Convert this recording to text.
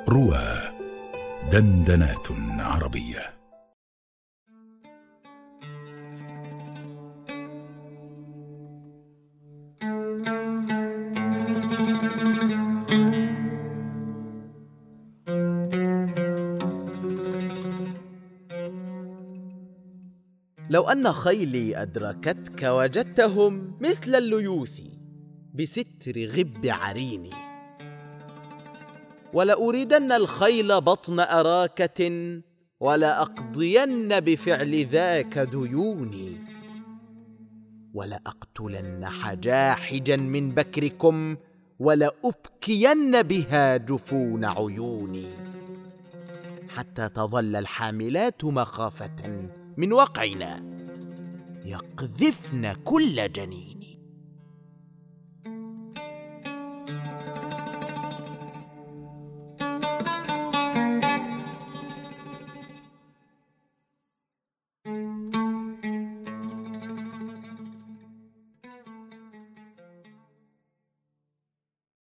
روى دندنات عربية. لو أن خيلي أدركتك وجدتهم مثل الليوث بستر غب عريني، ولأريدن الخيل بطن أراكة، ولأقضين بفعل ذاك ديوني، ولأقتلن حجاحجا من بكركم، ولأبكين بها جفون عيوني، حتى تظل الحاملات مخافة من وقعنا يقذفن كل جنين.